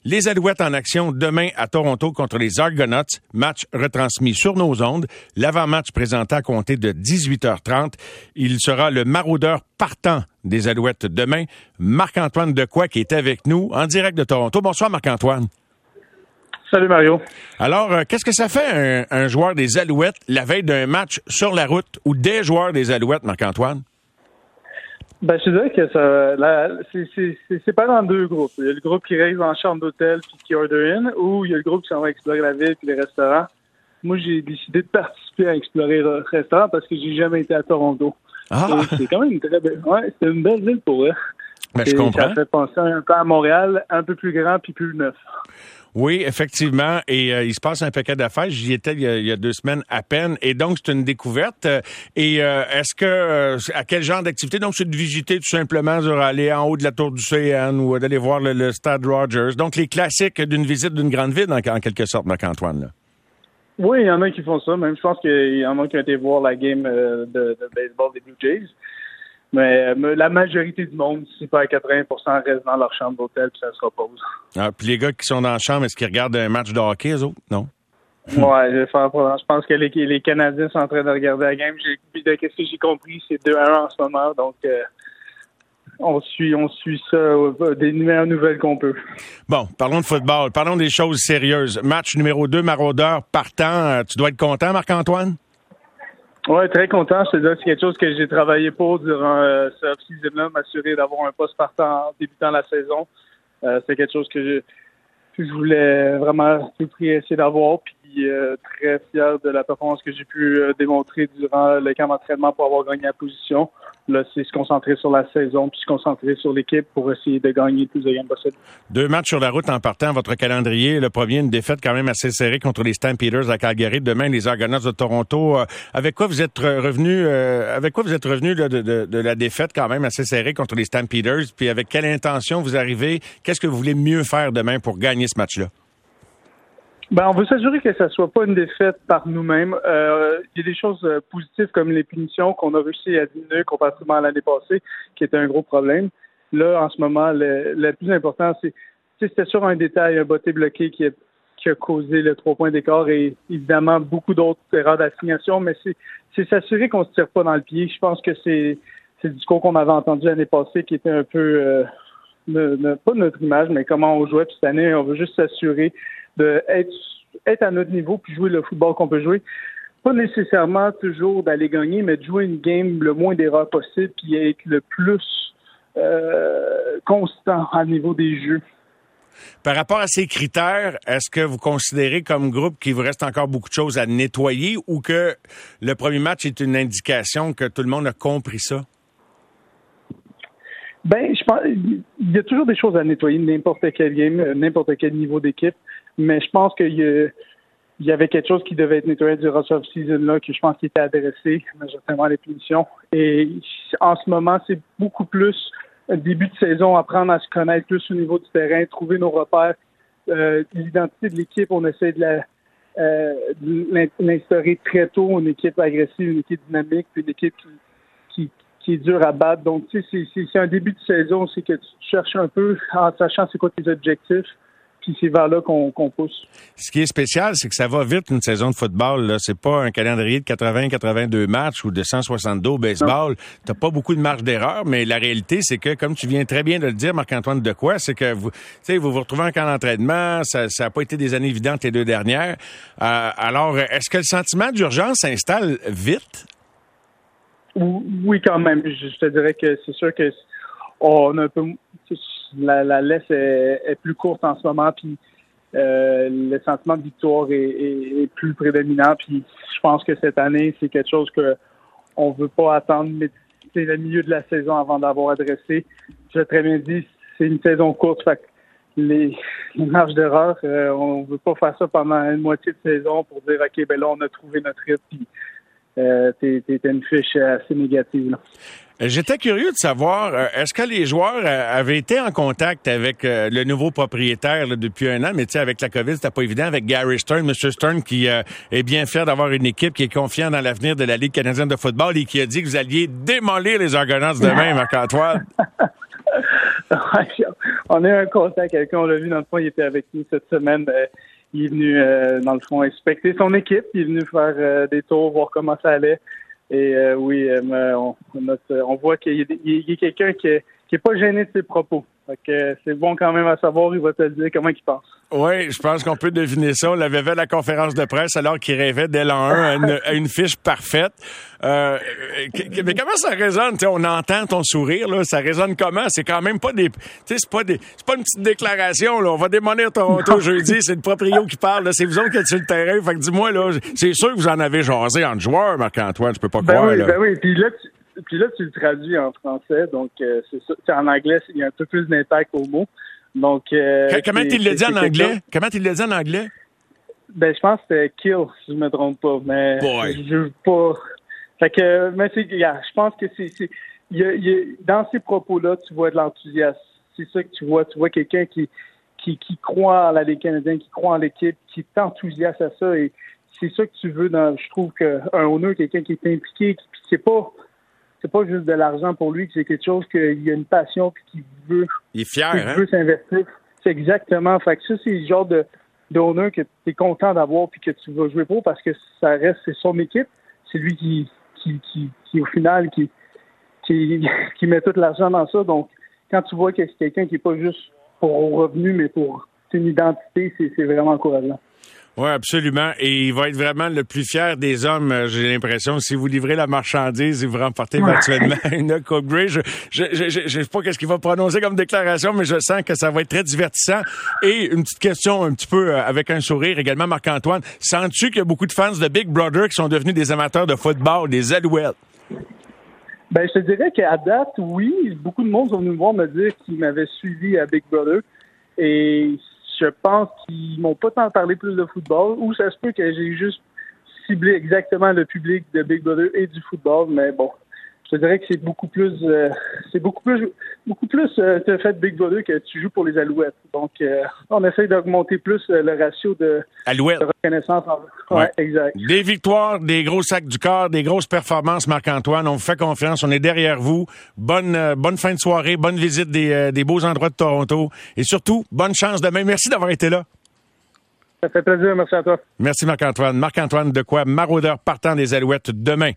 Les Alouettes en action demain à Toronto contre les Argonauts. Match retransmis sur nos ondes. L'avant-match présenté à compter de 18h30. Il sera le maraudeur partant des Alouettes demain, Marc-Antoine Dequoy, qui est avec nous en direct de Toronto. Bonsoir Marc-Antoine. Salut Mario. Alors, qu'est-ce que ça fait un joueur des Alouettes la veille d'un match sur la route ou des joueurs des Alouettes, Marc-Antoine? Ben, je te dirais que c'est séparé en deux groupes. Il y a le groupe qui reste en chambre d'hôtel puis qui order in, ou il y a le groupe qui s'en va explorer la ville puis les restaurants. Moi, j'ai décidé de participer à explorer le restaurant parce que j'ai jamais été à Toronto. Ah! C'est quand même une très belle, c'était une belle ville pour eux. Ben, je comprends. Ça fait penser un peu à Montréal, un peu plus grand puis plus neuf. Oui, effectivement. Et il se passe un paquet d'affaires. J'y étais il y a 2 semaines à peine. Et donc, c'est une découverte. Et est-ce que, à quel genre d'activité? Donc, c'est de visiter tout simplement, aller en haut de la tour du CN ou d'aller voir le Stade Rogers. Donc, les classiques d'une visite d'une grande ville, en quelque sorte, Marc-Antoine, là. Oui, il y en a qui font ça. Même, je pense qu'il y en a qui ont été voir la game de baseball des Blue Jays. Mais la majorité du monde, si pas à 80%, reste dans leur chambre d'hôtel puis ça se repose. Ah, puis les gars qui sont dans la chambre, est-ce qu'ils regardent un match de hockey, eux autres? Non? Ouais, je pense que les Canadiens sont en train de regarder la game. Qu'est-ce que j'ai compris, c'est 2-1 en ce moment. Donc, on suit ça des meilleures nouvelles qu'on peut. Bon, parlons de football. Parlons des choses sérieuses. Match numéro 2, maraudeur partant. Tu dois être content, Marc-Antoine? Oui, très content. Je te dis, c'est quelque chose que j'ai travaillé pour durant ce off-season-là, m'assurer d'avoir un poste partant en débutant la saison. C'est quelque chose que je voulais vraiment essayer d'avoir. Puis très fier de la performance que j'ai pu démontrer durant le camp d'entraînement pour avoir gagné la position. Là, c'est se concentrer sur la saison puis se concentrer sur l'équipe pour essayer de gagner le plus de games possible. 2 matchs sur la route en partant. Votre calendrier, le premier, une défaite quand même assez serrée contre les Stampeders à Calgary. Demain, les Argonauts de Toronto. Avec quoi vous êtes revenu de la défaite quand même assez serrée contre les Stampeders? Puis avec quelle intention vous arrivez? Qu'est-ce que vous voulez mieux faire demain pour gagner ce match-là? Ben, on veut s'assurer que ça soit pas une défaite par nous-mêmes. Il y a des choses positives comme les punitions qu'on a réussi à diminuer comparativement à l'année passée, qui était un gros problème. Là, en ce moment, le plus important, c'était sur un détail, un botté bloqué qui a causé le 3 points d'écart et évidemment beaucoup d'autres erreurs d'assignation, mais c'est s'assurer qu'on se tire pas dans le pied. Je pense que c'est le discours qu'on avait entendu l'année passée qui était un peu pas notre image, mais comment on jouait. Puis cette année, on veut juste s'assurer d'être à notre niveau puis jouer le football qu'on peut jouer. Pas nécessairement toujours d'aller gagner, mais de jouer une game le moins d'erreurs possible puis être le plus constant à niveau des jeux. Par rapport à ces critères, est-ce que vous considérez comme groupe qu'il vous reste encore beaucoup de choses à nettoyer ou que le premier match est une indication que tout le monde a compris ça? Ben, je pense il y a toujours des choses à nettoyer, n'importe quel game, n'importe quel niveau d'équipe. Mais je pense qu'il y avait quelque chose qui devait être nettoyé durant ce off-season-là, que je pense qu'il était adressé, majoritairement les punitions. Et en ce moment, c'est beaucoup plus un début de saison, apprendre à se connaître plus au niveau du terrain, trouver nos repères, l'identité de l'équipe, on essaie de l'instaurer très tôt, une équipe agressive, une équipe dynamique, puis une équipe qui est dure à battre. Donc, tu sais, c'est un début de saison, c'est que tu cherches un peu en sachant c'est quoi tes objectifs. Puis c'est vers là qu'on pousse. Ce qui est spécial, c'est que ça va vite une saison de football. Là, c'est pas un calendrier de 80-82 matchs ou de 162 au baseball. T'as pas beaucoup de marge d'erreur, mais la réalité, c'est que, comme tu viens très bien de le dire, Marc-Antoine Dequoy, c'est que vous vous retrouvez en camp d'entraînement. Ça a pas été des années évidentes les 2 dernières. Alors, est-ce que le sentiment d'urgence s'installe vite? Oui, quand même. Je te dirais que c'est sûr que on a un peu la laisse est plus courte en ce moment, puis le sentiment de victoire est plus prédominant. Puis je pense que cette année, c'est quelque chose que on veut pas attendre, mais c'est le milieu de la saison avant d'avoir adressé. Tu l'as très bien dit, c'est une saison courte, fait que les marges d'erreur, on veut pas faire ça pendant une moitié de saison pour dire ok, ben là on a trouvé notre rythme, puis t'es une fiche assez négative là. J'étais curieux de savoir, est-ce que les joueurs avaient été en contact avec le nouveau propriétaire là, depuis 1 an, mais tu sais, avec la COVID, c'était pas évident, avec Gary Stern, M. Stern, qui est bien fier d'avoir une équipe qui est confiante dans l'avenir de la Ligue canadienne de football et qui a dit que vous alliez démolir les Argonauts demain, Marc-Antoine. On a eu un contact, quelqu'un, on l'a vu dans le fond, il était avec nous cette semaine. Il est venu, dans le fond, inspecter son équipe. Il est venu faire des tours, voir comment ça allait. Et oui, on voit qu'il y a quelqu'un qui est pas gêné de ses propos. Fait que c'est bon quand même à savoir, il va te dire comment il pense. Oui, je pense qu'on peut deviner ça. On l'avait vu à la conférence de presse alors qu'il rêvait dès l'an 1 à une fiche parfaite. Mais comment ça résonne? T'sais, on entend ton sourire, là. Ça résonne comment? C'est quand même pas c'est pas une petite déclaration, là. On va démolir Toronto jeudi. C'est le proprio qui parle, là. C'est vous autres qui êtes sur le terrain. Fait que dis-moi, là, c'est sûr que vous en avez jasé entre joueurs, Marc-Antoine. Je peux pas croire, oui, là. Ben oui, puis là, tu le traduis en français, donc c'est ça. En anglais, il y a un peu plus d'impact au mot. Donc, comment tu l'as dit en anglais? Comment tu l'as dit en anglais? Ben, je pense que c'était kill, si je me trompe pas, mais je veux pas. Fait que, mais je pense que dans ces propos-là, tu vois de l'enthousiasme. C'est ça que tu vois. Tu vois quelqu'un qui croit à la Ligue canadienne, qui croit en l'équipe, qui est enthousiaste à ça, et c'est ça que tu veux je trouve qu'un honneur, quelqu'un qui est impliqué, puis c'est pas juste de l'argent pour lui, que c'est quelque chose qu'il a une passion puis qu'il veut. Il est fier, veut s'investir. C'est exactement. Fait que ça, c'est le genre de honneur que tu es content d'avoir puis que tu vas jouer pour parce que c'est son équipe. C'est lui qui au final, qui met tout l'argent dans ça. Donc, quand tu vois que c'est quelqu'un qui est pas juste pour revenu, mais pour une identité, c'est vraiment encourageant. Oui, absolument. Et il va être vraiment le plus fier des hommes, j'ai l'impression. Si vous livrez la marchandise et vous remportez éventuellement une Coupe Grey, je sais pas qu'est-ce qu'il va prononcer comme déclaration, mais je sens que ça va être très divertissant. Et une petite question un petit peu avec un sourire également, Marc-Antoine. Sens-tu qu'il y a beaucoup de fans de Big Brother qui sont devenus des amateurs de football, des Alouettes? Ben, je te dirais qu'à date, oui. Beaucoup de monde sont venus me voir me dire qu'ils m'avaient suivi à Big Brother. Et je pense qu'ils m'ont pas tant parlé plus de football, ou ça se peut que j'ai juste ciblé exactement le public de Big Brother et du football, mais bon, je te dirais que c'est beaucoup plus te fait de Big Brother que tu joues pour les Alouettes. Donc, on essaie d'augmenter plus le ratio de reconnaissance. Ouais, exact. Des victoires, des gros sacs du corps, des grosses performances, Marc-Antoine. On vous fait confiance, on est derrière vous. Bonne fin de soirée, bonne visite des beaux endroits de Toronto. Et surtout, bonne chance demain. Merci d'avoir été là. Ça fait plaisir, merci à toi. Merci Marc-Antoine. Marc-Antoine Dequoy, maraudeur partant des Alouettes demain.